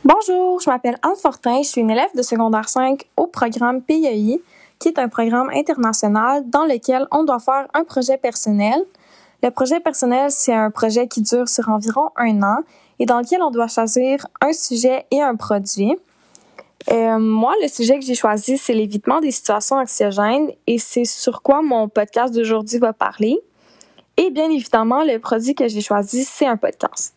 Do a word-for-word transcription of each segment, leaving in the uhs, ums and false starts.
Bonjour, je m'appelle Anne Fortin, je suis une élève de secondaire cinq au programme P I E I, qui est un programme international dans lequel on doit faire un projet personnel. Le projet personnel, c'est un projet qui dure sur environ un an et dans lequel on doit choisir un sujet et un produit. Euh, moi, le sujet que j'ai choisi, c'est l'évitement des situations anxiogènes et c'est sur quoi mon podcast d'aujourd'hui va parler. Et bien évidemment, le produit que j'ai choisi, c'est un podcast.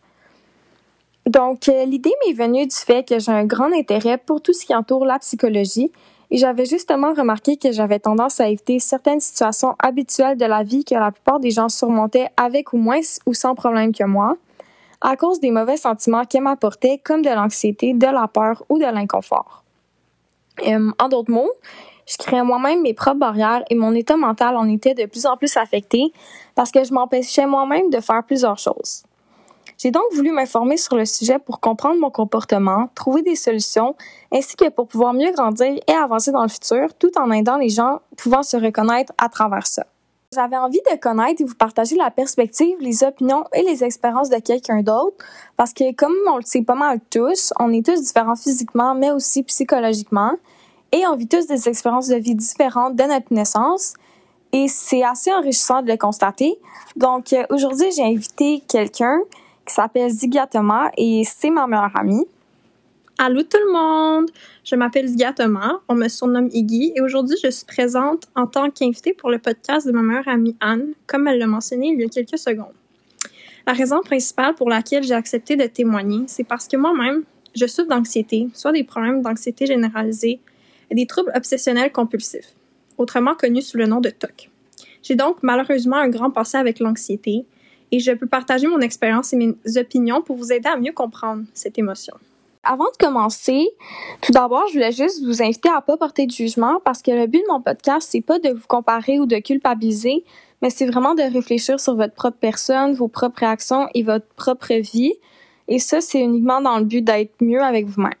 Donc, euh, l'idée m'est venue du fait que j'ai un grand intérêt pour tout ce qui entoure la psychologie et j'avais justement remarqué que j'avais tendance à éviter certaines situations habituelles de la vie que la plupart des gens surmontaient avec ou moins ou sans problème que moi, à cause des mauvais sentiments qu'elle m'apportait, comme de l'anxiété, de la peur ou de l'inconfort. Euh, en d'autres mots, je créais moi-même mes propres barrières et mon état mental en était de plus en plus affecté parce que je m'empêchais moi-même de faire plusieurs choses. J'ai donc voulu m'informer sur le sujet pour comprendre mon comportement, trouver des solutions, ainsi que pour pouvoir mieux grandir et avancer dans le futur, tout en aidant les gens pouvant se reconnaître à travers ça. J'avais envie de connaître et vous partager la perspective, les opinions et les expériences de quelqu'un d'autre, parce que comme on le sait pas mal tous, on est tous différents physiquement, mais aussi psychologiquement, et on vit tous des expériences de vie différentes dès notre naissance, et c'est assez enrichissant de le constater. Donc aujourd'hui, j'ai invité quelqu'un qui s'appelle Zigia Thomas et c'est ma meilleure amie. Allô tout le monde! Je m'appelle Zigia Thomas, on me surnomme Iggy et aujourd'hui je suis présente en tant qu'invitée pour le podcast de ma meilleure amie Anne, comme elle l'a mentionné il y a quelques secondes. La raison principale pour laquelle j'ai accepté de témoigner, c'est parce que moi-même, je souffre d'anxiété, soit des problèmes d'anxiété généralisée et des troubles obsessionnels compulsifs, autrement connus sous le nom de T O C. J'ai donc malheureusement un grand passé avec l'anxiété, et je peux partager mon expérience et mes opinions pour vous aider à mieux comprendre cette émotion. Avant de commencer, tout d'abord, je voulais juste vous inviter à pas porter de jugement parce que le but de mon podcast, c'est pas de vous comparer ou de culpabiliser, mais c'est vraiment de réfléchir sur votre propre personne, vos propres réactions et votre propre vie. Et ça, c'est uniquement dans le but d'être mieux avec vous-même.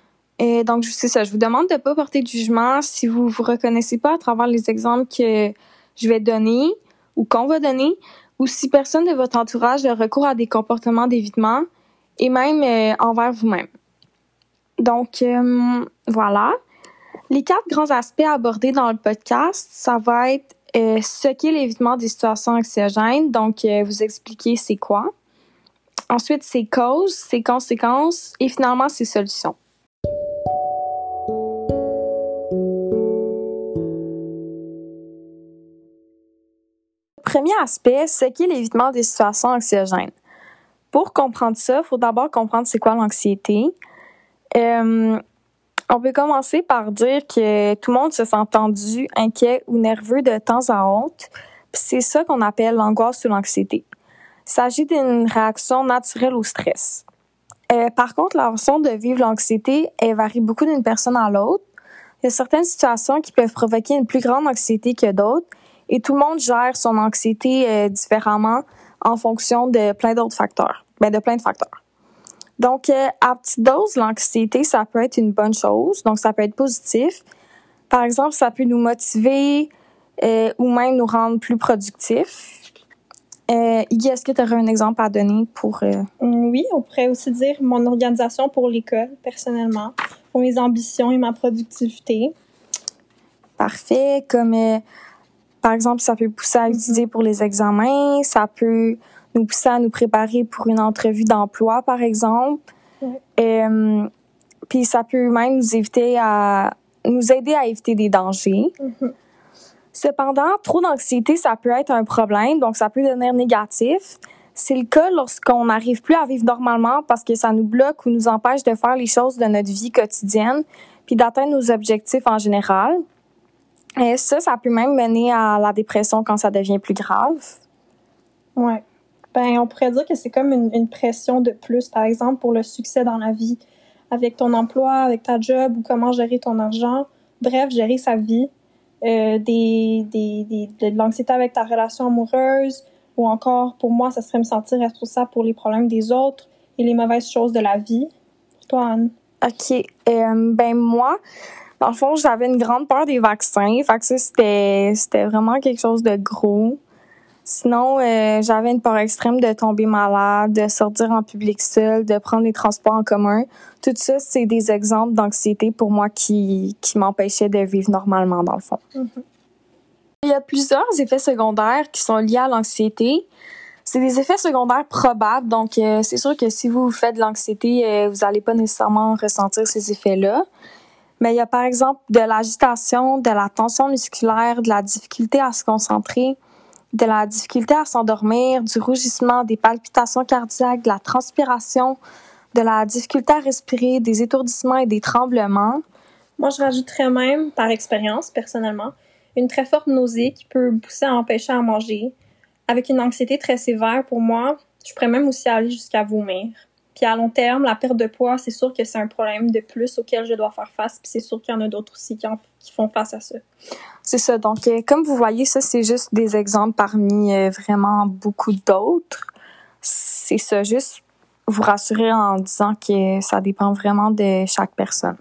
Et donc, c'est ça, je vous demande de pas porter de jugement si vous vous reconnaissez pas à travers les exemples que je vais donner ou qu'on va donner, ou si personne de votre entourage a recours à des comportements d'évitement, et même euh, envers vous-même. Donc, euh, voilà. Les quatre grands aspects abordés dans le podcast, ça va être euh, ce qu'est l'évitement des situations anxiogènes, donc euh, vous expliquer c'est quoi. Ensuite, ses causes, ses conséquences, et finalement, ses solutions. Premier aspect, ce qu'est l'évitement des situations anxiogènes. Pour comprendre ça, il faut d'abord comprendre c'est quoi l'anxiété. Euh, on peut commencer par dire que tout le monde se sent tendu, inquiet ou nerveux de temps à autre. Puis c'est ça qu'on appelle l'angoisse ou l'anxiété. Il s'agit d'une réaction naturelle au stress. Euh, par contre, la façon de vivre l'anxiété, elle varie beaucoup d'une personne à l'autre. Il y a certaines situations qui peuvent provoquer une plus grande anxiété que d'autres. Et tout le monde gère son anxiété euh, différemment en fonction de plein d'autres facteurs. Ben, de plein de facteurs. Donc, euh, à petite dose, l'anxiété, ça peut être une bonne chose. Donc, ça peut être positif. Par exemple, ça peut nous motiver euh, ou même nous rendre plus productifs. Euh, Iggy, est-ce que tu aurais un exemple à donner pour... Euh... Oui, on pourrait aussi dire mon organisation pour l'école, personnellement, pour mes ambitions et ma productivité. Parfait. Comme... Euh, Par exemple, ça peut pousser à étudier pour les examens, ça peut nous pousser à nous préparer pour une entrevue d'emploi, par exemple. Ouais. Euh, puis ça peut même nous éviter à nous aider à éviter des dangers. Mm-hmm. Cependant, trop d'anxiété, ça peut être un problème, donc ça peut devenir négatif. C'est le cas lorsqu'on n'arrive plus à vivre normalement parce que ça nous bloque ou nous empêche de faire les choses de notre vie quotidienne, puis d'atteindre nos objectifs en général. Et ça, ça peut même mener à la dépression quand ça devient plus grave. Ouais. Ben, on pourrait dire que c'est comme une, une pression de plus, par exemple, pour le succès dans la vie, avec ton emploi, avec ta job, ou comment gérer ton argent. Bref, gérer sa vie. Euh, des, des, des, de l'anxiété avec ta relation amoureuse, ou encore, pour moi, ça serait me sentir responsable pour les problèmes des autres et les mauvaises choses de la vie. Pour toi, Anne? OK. Euh, ben, moi... Dans le fond, j'avais une grande peur des vaccins. Fait que ça, c'était, c'était vraiment quelque chose de gros. Sinon, euh, j'avais une peur extrême de tomber malade, de sortir en public seul, de prendre les transports en commun. Tout ça, c'est des exemples d'anxiété pour moi qui, qui m'empêchaient de vivre normalement, dans le fond. Mm-hmm. Il y a plusieurs effets secondaires qui sont liés à l'anxiété. C'est des effets secondaires probables, donc euh, c'est sûr que si vous faites de l'anxiété, euh, vous n'allez pas nécessairement ressentir ces effets-là. Mais il y a par exemple de l'agitation, de la tension musculaire, de la difficulté à se concentrer, de la difficulté à s'endormir, du rougissement, des palpitations cardiaques, de la transpiration, de la difficulté à respirer, des étourdissements et des tremblements. Moi, je rajouterais même, par expérience, personnellement, une très forte nausée qui peut pousser à empêcher à manger. Avec une anxiété très sévère, pour moi, je pourrais même aussi aller jusqu'à vomir. Puis à long terme, la perte de poids, c'est sûr que c'est un problème de plus auquel je dois faire face. Puis c'est sûr qu'il y en a d'autres aussi qui, en, qui font face à ça. C'est ça. Donc, euh, comme vous voyez, ça, c'est juste des exemples parmi euh, vraiment beaucoup d'autres. C'est ça, juste vous rassurer en disant que ça dépend vraiment de chaque personne.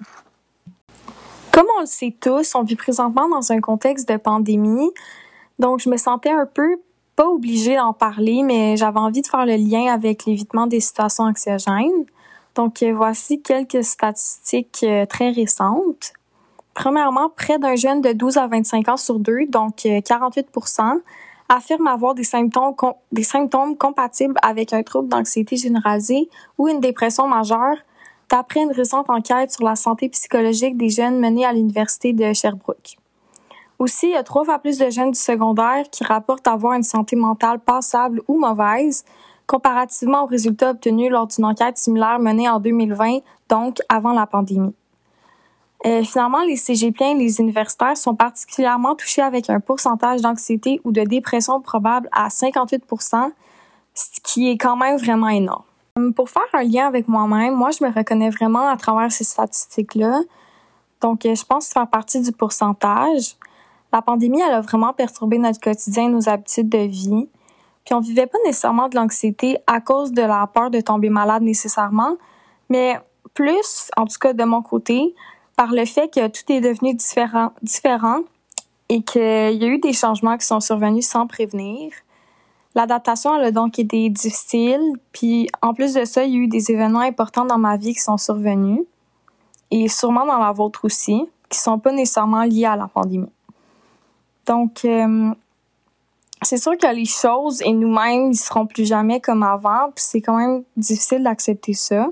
Comme on le sait tous, on vit présentement dans un contexte de pandémie. Donc, je me sentais un peu pas obligée d'en parler, mais j'avais envie de faire le lien avec l'évitement des situations anxiogènes. Donc, euh, voici quelques statistiques euh, très récentes. Premièrement, près d'un jeune de douze à vingt-cinq ans sur deux, donc euh, quarante-huit pour cent, affirme avoir des symptômes, com- des symptômes compatibles avec un trouble d'anxiété généralisée ou une dépression majeure, d'après une récente enquête sur la santé psychologique des jeunes menée à l'Université de Sherbrooke. Aussi, il y a trois fois plus de jeunes du secondaire qui rapportent avoir une santé mentale passable ou mauvaise, comparativement aux résultats obtenus lors d'une enquête similaire menée en deux mille vingt, donc avant la pandémie. Euh, finalement, les cégepiens et les universitaires sont particulièrement touchés avec un pourcentage d'anxiété ou de dépression probable à cinquante-huit pour cent, ce qui est quand même vraiment énorme. Pour faire un lien avec moi-même, moi, je me reconnais vraiment à travers ces statistiques-là. Donc, je pense faire partie du pourcentage. La pandémie, elle a vraiment perturbé notre quotidien et nos habitudes de vie. Puis on vivait pas nécessairement de l'anxiété à cause de la peur de tomber malade nécessairement, mais plus, en tout cas de mon côté, par le fait que tout est devenu différent, différent et qu'il y a eu des changements qui sont survenus sans prévenir. L'adaptation, elle a donc été difficile. Puis en plus de ça, il y a eu des événements importants dans ma vie qui sont survenus et sûrement dans la vôtre aussi, qui sont pas nécessairement liés à la pandémie. Donc, euh, c'est sûr que les choses et nous-mêmes, ils seront plus jamais comme avant, puis c'est quand même difficile d'accepter ça.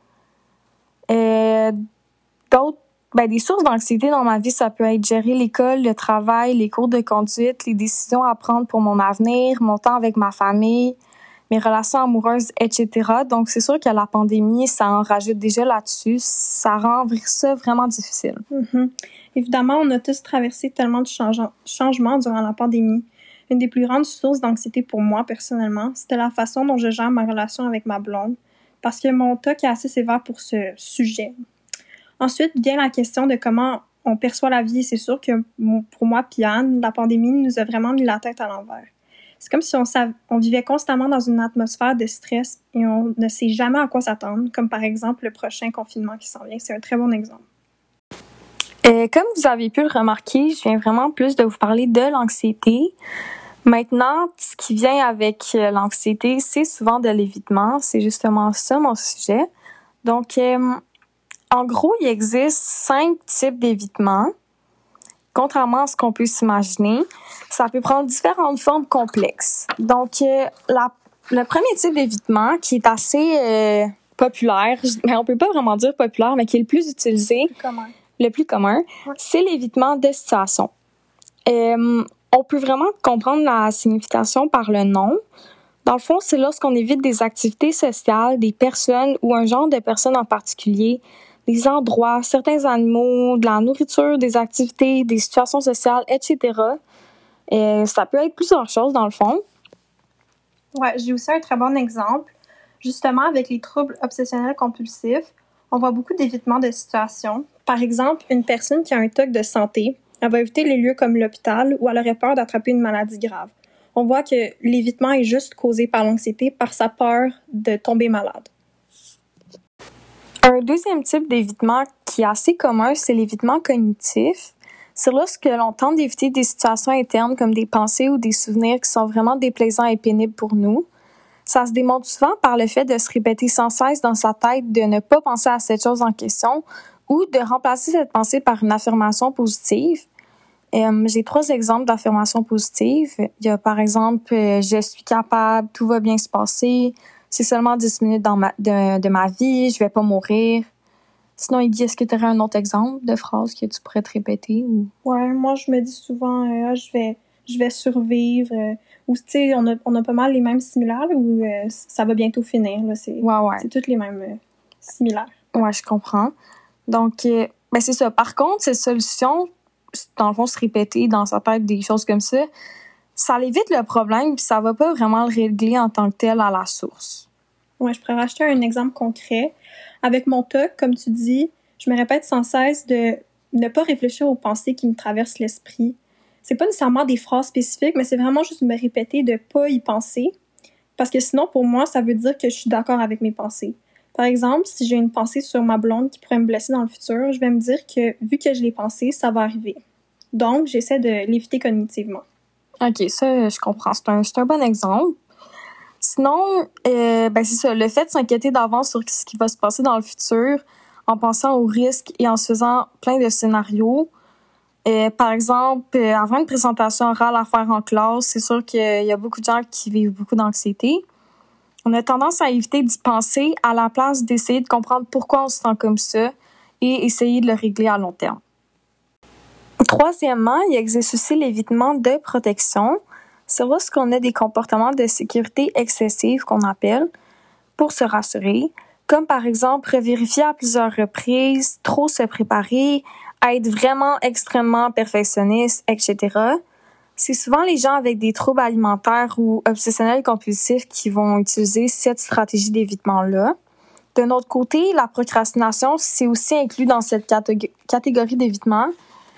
Euh, d'autres, ben, des sources d'anxiété dans ma vie, ça peut être gérer l'école, le travail, les cours de conduite, les décisions à prendre pour mon avenir, mon temps avec ma famille, mes relations amoureuses, et cetera. Donc, c'est sûr que la pandémie, ça en rajoute déjà là-dessus. Ça rend ça vraiment difficile. Mm-hmm. Évidemment, on a tous traversé tellement de change- changements durant la pandémie. Une des plus grandes sources d'anxiété pour moi, personnellement, c'était la façon dont je gère ma relation avec ma blonde, parce que mon T O C est assez sévère pour ce sujet. Ensuite vient la question de comment on perçoit la vie. C'est sûr que pour moi, Piane, la pandémie nous a vraiment mis la tête à l'envers. C'est comme si on, sav- on vivait constamment dans une atmosphère de stress et on ne sait jamais à quoi s'attendre, comme par exemple le prochain confinement qui s'en vient. C'est un très bon exemple. Euh, comme vous avez pu le remarquer, je viens vraiment plus de vous parler de l'anxiété. Maintenant, ce qui vient avec l'anxiété, c'est souvent de l'évitement. C'est justement ça mon sujet. Donc, euh, en gros, il existe cinq types d'évitement. Contrairement à ce qu'on peut s'imaginer, ça peut prendre différentes formes complexes. Donc, euh, la, le premier type d'évitement, qui est assez euh, populaire, mais on peut pas vraiment dire populaire, mais qui est le plus utilisé, Comment? le plus commun, ouais. c'est l'évitement de situation. Euh, on peut vraiment comprendre la signification par le nom. Dans le fond, c'est lorsqu'on évite des activités sociales, des personnes ou un genre de personnes en particulier, des endroits, certains animaux, de la nourriture, des activités, des situations sociales, et cetera. Euh, ça peut être plusieurs choses, dans le fond. Ouais, j'ai aussi un très bon exemple. Justement, avec les troubles obsessionnels compulsifs, on voit beaucoup d'évitement de situations. Par exemple, une personne qui a un T O C de santé, elle va éviter les lieux comme l'hôpital où elle aurait peur d'attraper une maladie grave. On voit que l'évitement est juste causé par l'anxiété, par sa peur de tomber malade. Un deuxième type d'évitement qui est assez commun, c'est l'évitement cognitif. C'est lorsque l'on tente d'éviter des situations internes comme des pensées ou des souvenirs qui sont vraiment déplaisants et pénibles pour nous. Ça se démontre souvent par le fait de se répéter sans cesse dans sa tête de ne pas penser à cette chose en question ou de remplacer cette pensée par une affirmation positive. Euh, j'ai trois exemples d'affirmations positives. Il y a par exemple euh, « je suis capable, tout va bien se passer »,« c'est seulement dix minutes dans ma, de, de ma vie, je vais pas mourir ». Sinon, Iggy, est-ce que tu aurais un autre exemple de phrase que tu pourrais te répéter? Ou... Ouais, moi, je me dis souvent euh, « ah, je vais je vais survivre euh, ». Ou, tu sais, on a, on a pas mal les mêmes similaires, ou euh, ça va bientôt finir. Là, c'est, ouais, ouais. c'est toutes les mêmes euh, similaires. Ouais, je comprends. Donc, euh, ben c'est ça. Par contre, cette solution, dans le fond, se répéter dans sa tête des choses comme ça, ça évite le problème, puis ça va pas vraiment le régler en tant que tel à la source. Ouais, je pourrais racheter un exemple concret. Avec mon T O C, comme tu dis, je me répète sans cesse de ne pas réfléchir aux pensées qui me traversent l'esprit. C'est pas nécessairement des phrases spécifiques, mais c'est vraiment juste de me répéter de pas y penser. Parce que sinon, pour moi, ça veut dire que je suis d'accord avec mes pensées. Par exemple, si j'ai une pensée sur ma blonde qui pourrait me blesser dans le futur, je vais me dire que, vu que je l'ai pensé, ça va arriver. Donc, j'essaie de l'éviter cognitivement. OK, ça, je comprends. C'est un, c'est un bon exemple. Sinon, euh, ben c'est ça, le fait de s'inquiéter d'avance sur ce qui va se passer dans le futur, en pensant aux risques et en se faisant plein de scénarios. Euh, par exemple, euh, avant une présentation orale à faire en classe, c'est sûr qu'il y a beaucoup de gens qui vivent beaucoup d'anxiété. On a tendance à éviter d'y penser à la place d'essayer de comprendre pourquoi on se sent comme ça et essayer de le régler à long terme. Troisièmement, il existe aussi l'évitement de protection. C'est lorsqu'on a des comportements de sécurité excessifs qu'on appelle pour se rassurer, comme par exemple revérifier à plusieurs reprises, trop se préparer, être vraiment extrêmement perfectionniste, et cetera. C'est souvent les gens avec des troubles alimentaires ou obsessionnels compulsifs qui vont utiliser cette stratégie d'évitement-là. D'un autre côté, la procrastination, c'est aussi inclus dans cette catég- catégorie d'évitement.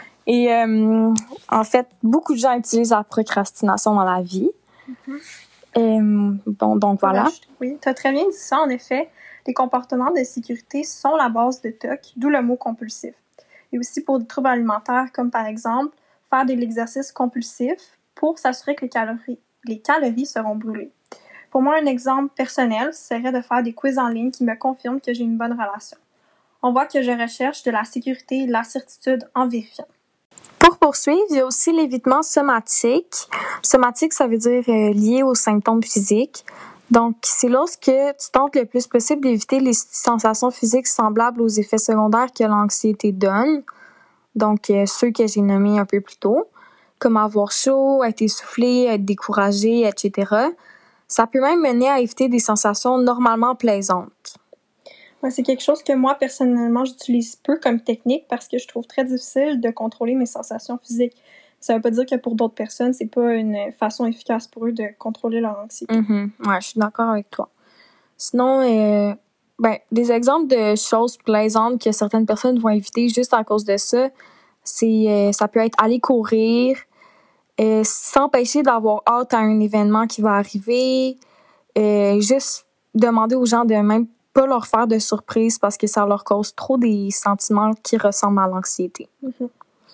Et euh, en fait, beaucoup de gens utilisent la procrastination dans la vie. Mm-hmm. Euh, bon, donc voilà. Oui, tu as très bien dit ça, en effet. Les comportements de sécurité sont la base de T O C, d'où le mot compulsif. Et aussi pour des troubles alimentaires, comme par exemple, faire de l'exercice compulsif pour s'assurer que les calories, les calories seront brûlées. Pour moi, un exemple personnel serait de faire des quiz en ligne qui me confirment que j'ai une bonne relation. On voit que je recherche de la sécurité et de la certitude en vérifiant. Pour poursuivre, il y a aussi l'évitement somatique. Somatique, ça veut dire euh, lié aux symptômes physiques. Donc, c'est lorsque tu tentes le plus possible d'éviter les sensations physiques semblables aux effets secondaires que l'anxiété donne. Donc, euh, ceux que j'ai nommés un peu plus tôt, comme avoir chaud, être essoufflé, être découragé, et cetera. Ça peut même mener à éviter des sensations normalement plaisantes. Ouais, c'est quelque chose que moi, personnellement, j'utilise peu comme technique parce que je trouve très difficile de contrôler mes sensations physiques. Ça veut pas dire que pour d'autres personnes, c'est pas une façon efficace pour eux de contrôler leur anxiété. Mm-hmm. Ouais, je suis d'accord avec toi. Sinon, euh, ben, des exemples de choses plaisantes que certaines personnes vont éviter juste à cause de ça, c'est euh, ça peut être aller courir, euh, s'empêcher d'avoir hâte à un événement qui va arriver, euh, juste demander aux gens de même pas leur faire de surprise parce que ça leur cause trop des sentiments qui ressemblent à l'anxiété. Mm-hmm.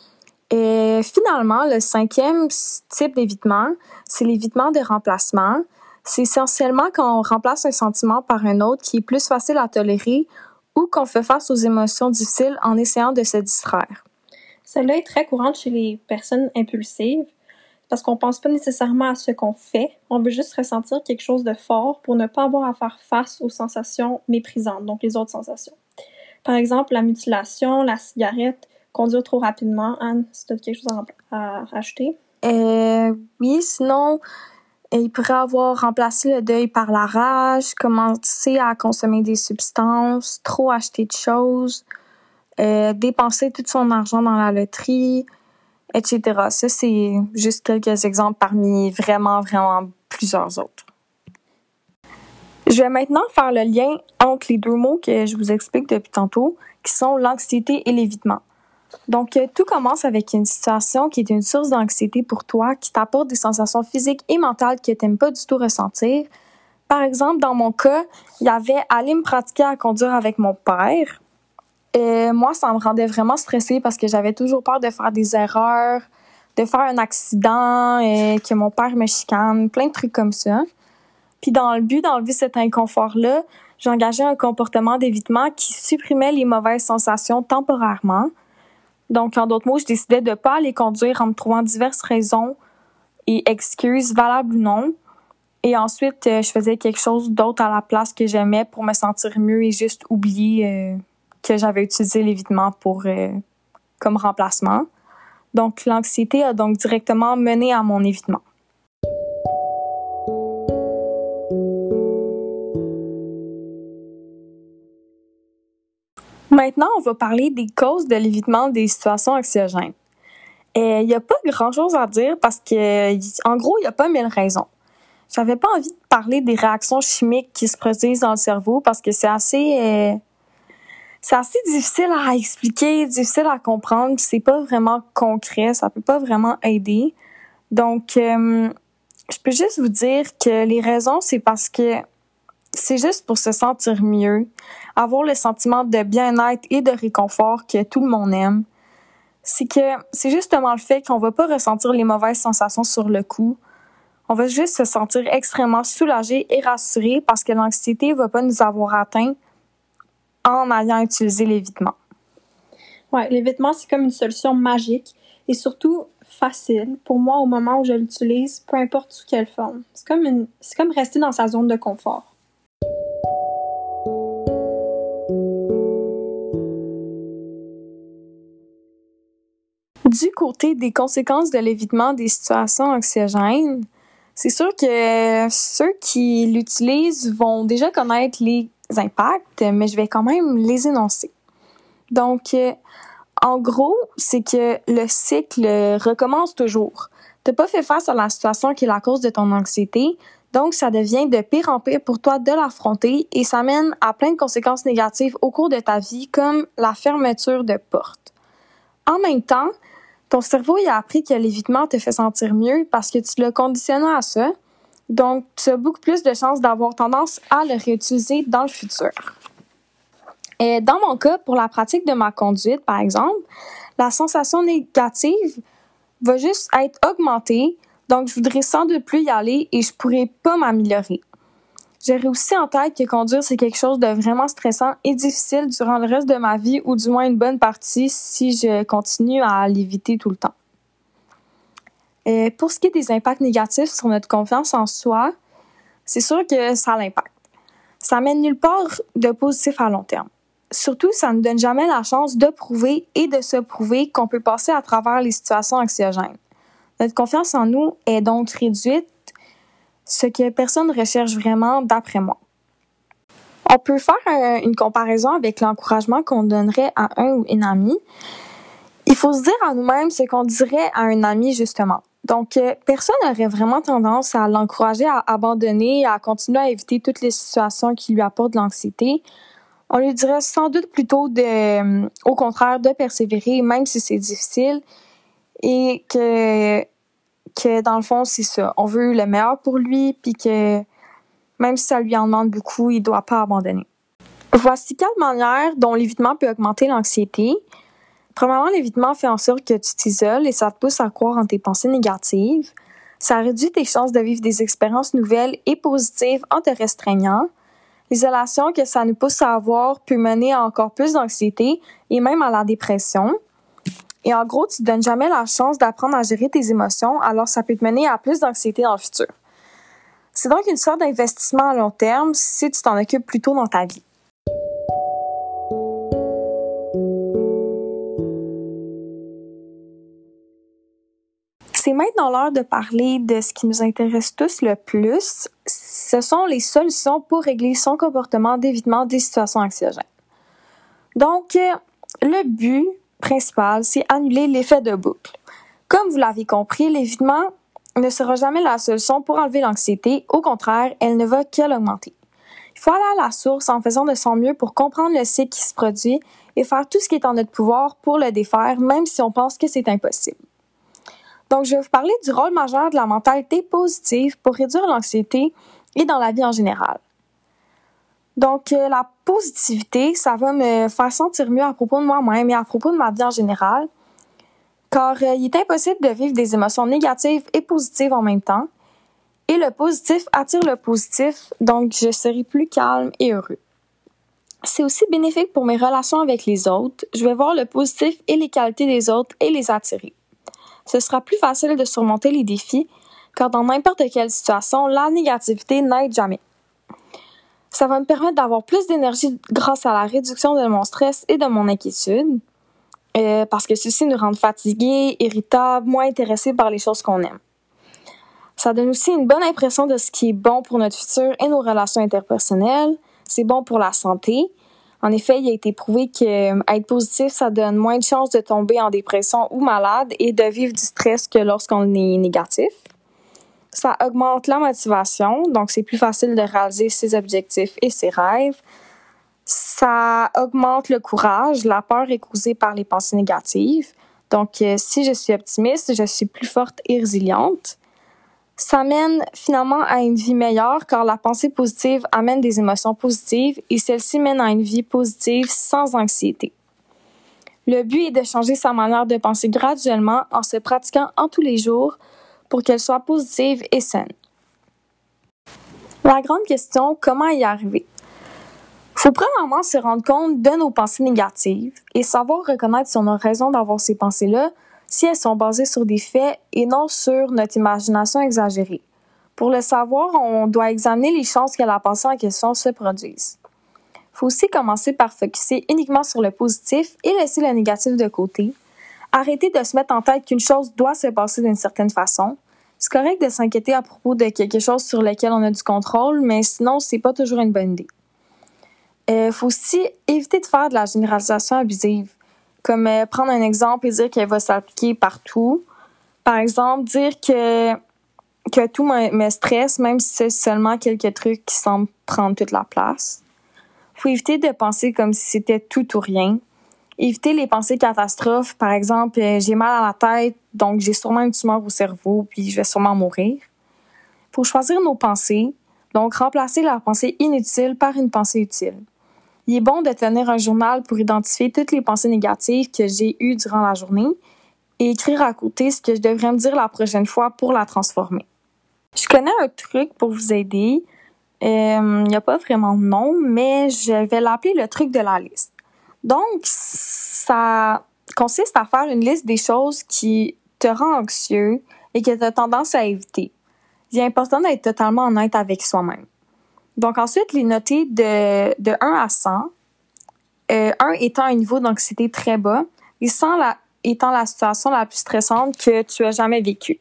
Et finalement, le cinquième type d'évitement, c'est l'évitement de remplacement. C'est essentiellement quand on remplace un sentiment par un autre qui est plus facile à tolérer ou qu'on fait face aux émotions difficiles en essayant de se distraire. Celle-là est très courante chez les personnes impulsives parce qu'on pense pas nécessairement à ce qu'on fait. On veut juste ressentir quelque chose de fort pour ne pas avoir à faire face aux sensations méprisantes, donc les autres sensations. Par exemple, la mutilation, la cigarette, conduire trop rapidement. Anne, si tu as quelque chose à, à rajouter? Euh, oui, sinon, il pourrait avoir remplacé le deuil par la rage, commencer à consommer des substances, trop acheter de choses, euh, dépenser tout son argent dans la loterie, et cetera. Ça, c'est juste quelques exemples parmi vraiment, vraiment plusieurs autres. Je vais maintenant faire le lien entre les deux mots que je vous explique depuis tantôt, qui sont l'anxiété et l'évitement. Donc, tout commence avec une situation qui est une source d'anxiété pour toi, qui t'apporte des sensations physiques et mentales que tu n'aimes pas du tout ressentir. Par exemple, dans mon cas, il y avait aller me pratiquer à conduire avec mon père. euh, moi, ça me rendait vraiment stressée parce que j'avais toujours peur de faire des erreurs, de faire un accident, et que mon père me chicane, plein de trucs comme ça. Puis dans le but d'enlever cet inconfort-là, j'ai engagé un comportement d'évitement qui supprimait les mauvaises sensations temporairement. Donc, en d'autres mots, je décidais de ne pas aller conduire en me trouvant diverses raisons et excuses, valables ou non. Et ensuite, euh, je faisais quelque chose d'autre à la place que j'aimais pour me sentir mieux et juste oublier euh, que j'avais utilisé l'évitement pour, euh, comme remplacement. Donc, l'anxiété a donc directement mené à mon évitement. Maintenant, on va parler des causes de l'évitement des situations anxiogènes. Il n'y a pas grand-chose à dire parce que, en gros, il n'y a pas mille raisons. J'avais pas envie de parler des réactions chimiques qui se produisent dans le cerveau parce que c'est assez, euh, c'est assez difficile à expliquer, difficile à comprendre. C'est pas vraiment concret, ça peut pas vraiment aider. Donc, euh, je peux juste vous dire que les raisons, c'est parce que c'est juste pour se sentir mieux, avoir le sentiment de bien-être et de réconfort que tout le monde aime. C'est que c'est justement le fait qu'on va pas ressentir les mauvaises sensations sur le coup. On va juste se sentir extrêmement soulagé et rassuré parce que l'anxiété va pas nous avoir atteint en ayant utilisé l'évitement. Ouais, l'évitement, c'est comme une solution magique et surtout facile pour moi au moment où je l'utilise, peu importe sous quelle forme. C'est comme une, c'est comme rester dans sa zone de confort. Du côté des conséquences de l'évitement des situations anxiogènes, c'est sûr que ceux qui l'utilisent vont déjà connaître les impacts, mais je vais quand même les énoncer. Donc, en gros, c'est que le cycle recommence toujours. Tu n'as pas fait face à la situation qui est la cause de ton anxiété, donc ça devient de pire en pire pour toi de l'affronter et ça mène à plein de conséquences négatives au cours de ta vie, comme la fermeture de portes. En même temps, ton cerveau il a appris que l'évitement te fait sentir mieux parce que tu l'as conditionné à ça. Donc, tu as beaucoup plus de chances d'avoir tendance à le réutiliser dans le futur. Et dans mon cas, pour la pratique de ma conduite, par exemple, la sensation négative va juste être augmentée. Donc, je voudrais sans doute plus y aller et je pourrais pas m'améliorer. J'aurais aussi en tête que conduire, c'est quelque chose de vraiment stressant et difficile durant le reste de ma vie, ou du moins une bonne partie si je continue à l'éviter tout le temps. Et pour ce qui est des impacts négatifs sur notre confiance en soi, c'est sûr que ça a l'impact. Ça mène nulle part de positif à long terme. Surtout, ça ne donne jamais la chance de prouver et de se prouver qu'on peut passer à travers les situations anxiogènes. Notre confiance en nous est donc réduite, ce que personne ne recherche vraiment d'après moi. On peut faire une comparaison avec l'encouragement qu'on donnerait à un ou une amie. Il faut se dire à nous-mêmes ce qu'on dirait à un ami, justement. Donc, personne n'aurait vraiment tendance à l'encourager à abandonner, à continuer à éviter toutes les situations qui lui apportent de l'anxiété. On lui dirait sans doute plutôt, de, au contraire, de persévérer, même si c'est difficile, et que que dans le fond, c'est ça. On veut le meilleur pour lui, puis que même si ça lui en demande beaucoup, il ne doit pas abandonner. Voici quatre manières dont l'évitement peut augmenter l'anxiété. Premièrement, l'évitement fait en sorte que tu t'isoles et ça te pousse à croire en tes pensées négatives. Ça réduit tes chances de vivre des expériences nouvelles et positives en te restreignant. L'isolation que ça nous pousse à avoir peut mener à encore plus d'anxiété et même à la dépression. Et en gros, tu ne te donnes jamais la chance d'apprendre à gérer tes émotions, alors ça peut te mener à plus d'anxiété dans le futur. C'est donc une sorte d'investissement à long terme si tu t'en occupes plus tôt dans ta vie. C'est maintenant l'heure de parler de ce qui nous intéresse tous le plus. Ce sont les solutions pour régler son comportement d'évitement des situations anxiogènes. Donc, le but principal, c'est annuler l'effet de boucle. Comme vous l'avez compris, l'évitement ne sera jamais la solution pour enlever l'anxiété. Au contraire, elle ne va que l'augmenter. Il faut aller à la source en faisant de son mieux pour comprendre le cycle qui se produit et faire tout ce qui est en notre pouvoir pour le défaire, même si on pense que c'est impossible. Donc, je vais vous parler du rôle majeur de la mentalité positive pour réduire l'anxiété et dans la vie en général. Donc, euh, la positivité, ça va me faire sentir mieux à propos de moi-même et à propos de ma vie en général, car euh, il est impossible de vivre des émotions négatives et positives en même temps. Et le positif attire le positif, donc je serai plus calme et heureux. C'est aussi bénéfique pour mes relations avec les autres. Je vais voir le positif et les qualités des autres et les attirer. Ce sera plus facile de surmonter les défis, car dans n'importe quelle situation, la négativité n'aide jamais. Ça va me permettre d'avoir plus d'énergie grâce à la réduction de mon stress et de mon inquiétude, euh, parce que ceci nous rend fatigués, irritables, moins intéressés par les choses qu'on aime. Ça donne aussi une bonne impression de ce qui est bon pour notre futur et nos relations interpersonnelles. C'est bon pour la santé. En effet, il a été prouvé qu'être positif, ça donne moins de chances de tomber en dépression ou malade et de vivre du stress que lorsqu'on est négatif. Ça augmente la motivation, donc c'est plus facile de réaliser ses objectifs et ses rêves. Ça augmente le courage. La peur est causée par les pensées négatives. Donc, euh, si je suis optimiste, je suis plus forte et résiliente. Ça mène finalement à une vie meilleure car la pensée positive amène des émotions positives et celle-ci mène à une vie positive sans anxiété. Le but est de changer sa manière de penser graduellement en se pratiquant en tous les jours pour qu'elle soit positive et saine. La grande question, comment y arriver? Il faut premièrement se rendre compte de nos pensées négatives et savoir reconnaître si on a raison d'avoir ces pensées-là, si elles sont basées sur des faits et non sur notre imagination exagérée. Pour le savoir, on doit examiner les chances que la pensée en question se produise. Il faut aussi commencer par focusser uniquement sur le positif et laisser le négatif de côté. Arrêter de se mettre en tête qu'une chose doit se passer d'une certaine façon. C'est correct de s'inquiéter à propos de quelque chose sur lequel on a du contrôle, mais sinon, c'est pas toujours une bonne idée. Il euh, faut aussi éviter de faire de la généralisation abusive. Comme euh, prendre un exemple et dire qu'elle va s'appliquer partout. Par exemple, dire que, que tout me, me stresse, même si c'est seulement quelques trucs qui semblent prendre toute la place. Il faut éviter de penser comme si c'était tout ou rien. Éviter les pensées catastrophes. Par exemple, euh, j'ai mal à la tête, donc j'ai sûrement une tumeur au cerveau, puis je vais sûrement mourir. Il faut choisir nos pensées, donc remplacer la pensée inutile par une pensée utile. Il est bon de tenir un journal pour identifier toutes les pensées négatives que j'ai eues durant la journée et écrire à côté ce que je devrais me dire la prochaine fois pour la transformer. Je connais un truc pour vous aider. Euh, il n'y a pas vraiment de nom, mais je vais l'appeler le truc de la liste. Donc, ça consiste à faire une liste des choses qui te rendent anxieux et que tu as tendance à éviter. Il est important d'être totalement honnête avec soi-même. Donc ensuite, les noter de, de un à cent, euh, un étant un niveau d'anxiété très bas et cent la, étant la situation la plus stressante que tu as jamais vécue.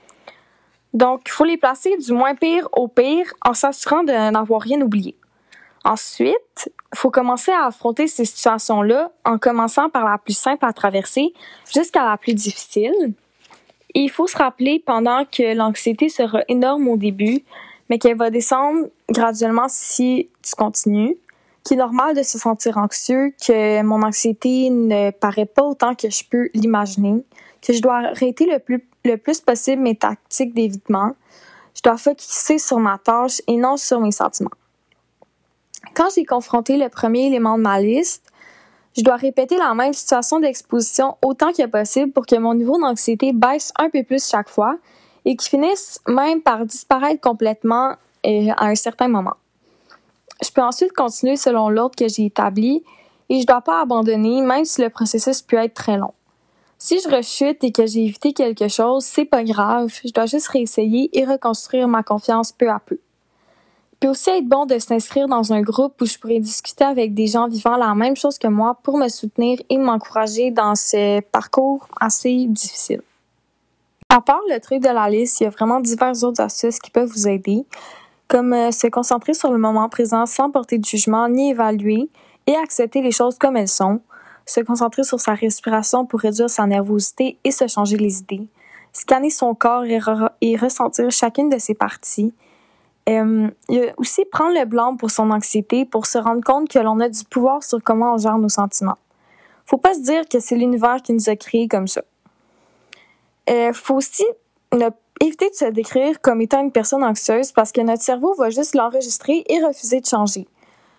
Donc, il faut les placer du moins pire au pire en s'assurant de n'avoir rien oublié. Ensuite, il faut commencer à affronter ces situations-là en commençant par la plus simple à traverser jusqu'à la plus difficile. Et il faut se rappeler pendant que l'anxiété sera énorme au début, mais qu'elle va descendre graduellement si tu continues, qu'il est normal de se sentir anxieux, que mon anxiété ne paraît pas autant que je peux l'imaginer, que je dois arrêter le plus, le plus possible mes tactiques d'évitement, je dois focusser sur ma tâche et non sur mes sentiments. Quand j'ai confronté le premier élément de ma liste, je dois répéter la même situation d'exposition autant que possible pour que mon niveau d'anxiété baisse un peu plus chaque fois et qu'il finisse même par disparaître complètement euh, à un certain moment. Je peux ensuite continuer selon l'ordre que j'ai établi et je ne dois pas abandonner même si le processus peut être très long. Si je rechute et que j'ai évité quelque chose, c'est pas grave, je dois juste réessayer et reconstruire ma confiance peu à peu. Il peut aussi être bon de s'inscrire dans un groupe où je pourrais discuter avec des gens vivant la même chose que moi pour me soutenir et m'encourager dans ce parcours assez difficile. À part le truc de la liste, il y a vraiment diverses autres astuces qui peuvent vous aider, comme euh, se concentrer sur le moment présent sans porter de jugement ni évaluer et accepter les choses comme elles sont, se concentrer sur sa respiration pour réduire sa nervosité et se changer les idées, scanner son corps et, re- et ressentir chacune de ses parties. Euh, il y a aussi prendre le blanc pour son anxiété pour se rendre compte que l'on a du pouvoir sur comment on gère nos sentiments. Faut pas se dire que c'est l'univers qui nous a créés comme ça. Il euh, faut aussi ne, éviter de se décrire comme étant une personne anxieuse parce que notre cerveau va juste l'enregistrer et refuser de changer.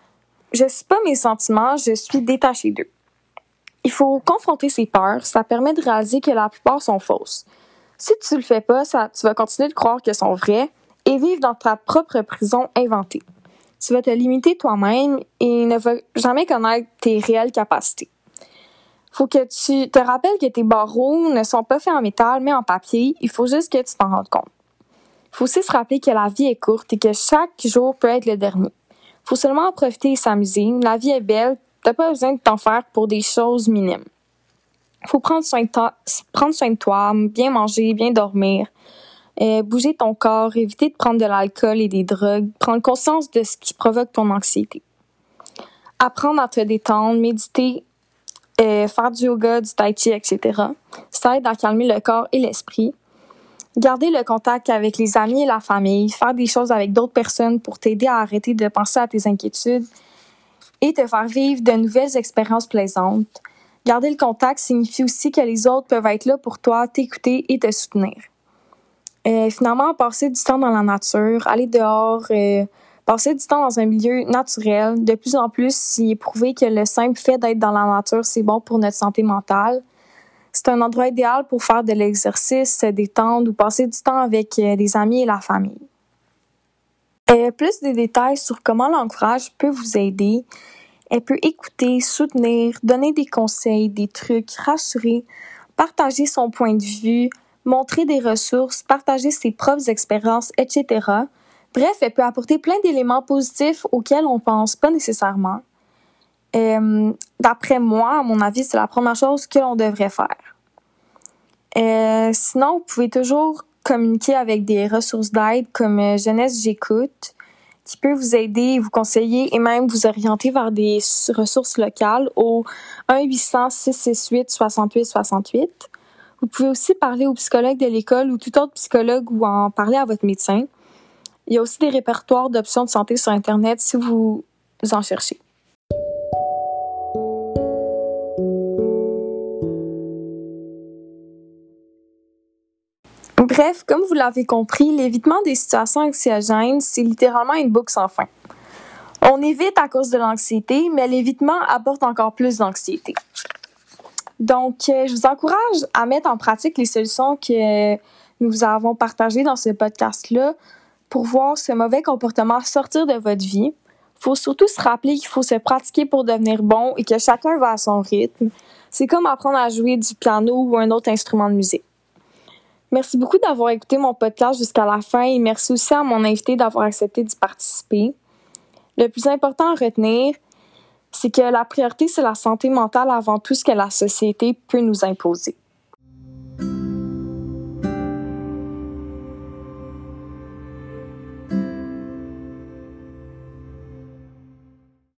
Je suis pas mes sentiments, je suis détachée d'eux. Il faut confronter ses peurs, ça permet de réaliser que la plupart sont fausses. Si tu le fais pas, ça, tu vas continuer de croire qu'elles sont vraies et vivre dans ta propre prison inventée. Tu vas te limiter toi-même et ne vas jamais connaître tes réelles capacités. Faut que tu te rappelles que tes barreaux ne sont pas faits en métal, mais en papier. Il faut juste que tu t'en rendes compte. Il faut aussi se rappeler que la vie est courte et que chaque jour peut être le dernier. Il faut seulement en profiter et s'amuser. La vie est belle. T'as pas besoin de t'en faire pour des choses minimes. Il faut prendre soin de toi, prendre soin de toi, bien manger, bien dormir, euh, bouger ton corps, éviter de prendre de l'alcool et des drogues, prendre conscience de ce qui provoque ton anxiété. Apprendre à te détendre, méditer, euh, faire du yoga, du tai chi, et cetera. Ça aide à calmer le corps et l'esprit. Garder le contact avec les amis et la famille, faire des choses avec d'autres personnes pour t'aider à arrêter de penser à tes inquiétudes et te faire vivre de nouvelles expériences plaisantes. Garder le contact signifie aussi que les autres peuvent être là pour toi, t'écouter et te soutenir. Euh, finalement, passer du temps dans la nature, aller dehors, euh, passer du temps dans un milieu naturel. De plus en plus, il est prouvé que le simple fait d'être dans la nature, c'est bon pour notre santé mentale. C'est un endroit idéal pour faire de l'exercice, se détendre ou passer du temps avec euh, des amis et la famille. Euh, plus de détails sur comment l'encourage peut vous aider. Elle peut écouter, soutenir, donner des conseils, des trucs, rassurer, partager son point de vue, montrer des ressources, partager ses propres expériences, et cetera. Bref, elle peut apporter plein d'éléments positifs auxquels on pense pas nécessairement. Euh, d'après moi, à mon avis, c'est la première chose que l'on devrait faire. Euh, sinon, vous pouvez toujours communiquer avec des ressources d'aide comme euh, Jeunesse J'écoute, qui peut vous aider, vous conseiller et même vous orienter vers des ressources locales au un huit cents, six cent soixante-huit, soixante-huit soixante-huit. Vous pouvez aussi parler au psychologue de l'école ou tout autre psychologue ou en parler à votre médecin. Il y a aussi des répertoires d'options de santé sur Internet si vous en cherchez. Bref, comme vous l'avez compris, l'évitement des situations anxiogènes, c'est littéralement une boucle sans fin. On évite à cause de l'anxiété, mais l'évitement apporte encore plus d'anxiété. Donc, euh, je vous encourage à mettre en pratique les solutions que nous avons partagées dans ce podcast-là pour voir ce mauvais comportement sortir de votre vie. Il faut surtout se rappeler qu'il faut se pratiquer pour devenir bon et que chacun va à son rythme. C'est comme apprendre à jouer du piano ou un autre instrument de musique. Merci beaucoup d'avoir écouté mon podcast jusqu'à la fin et merci aussi à mon invité d'avoir accepté d'y participer. Le plus important à retenir, c'est que la priorité, c'est la santé mentale avant tout ce que la société peut nous imposer.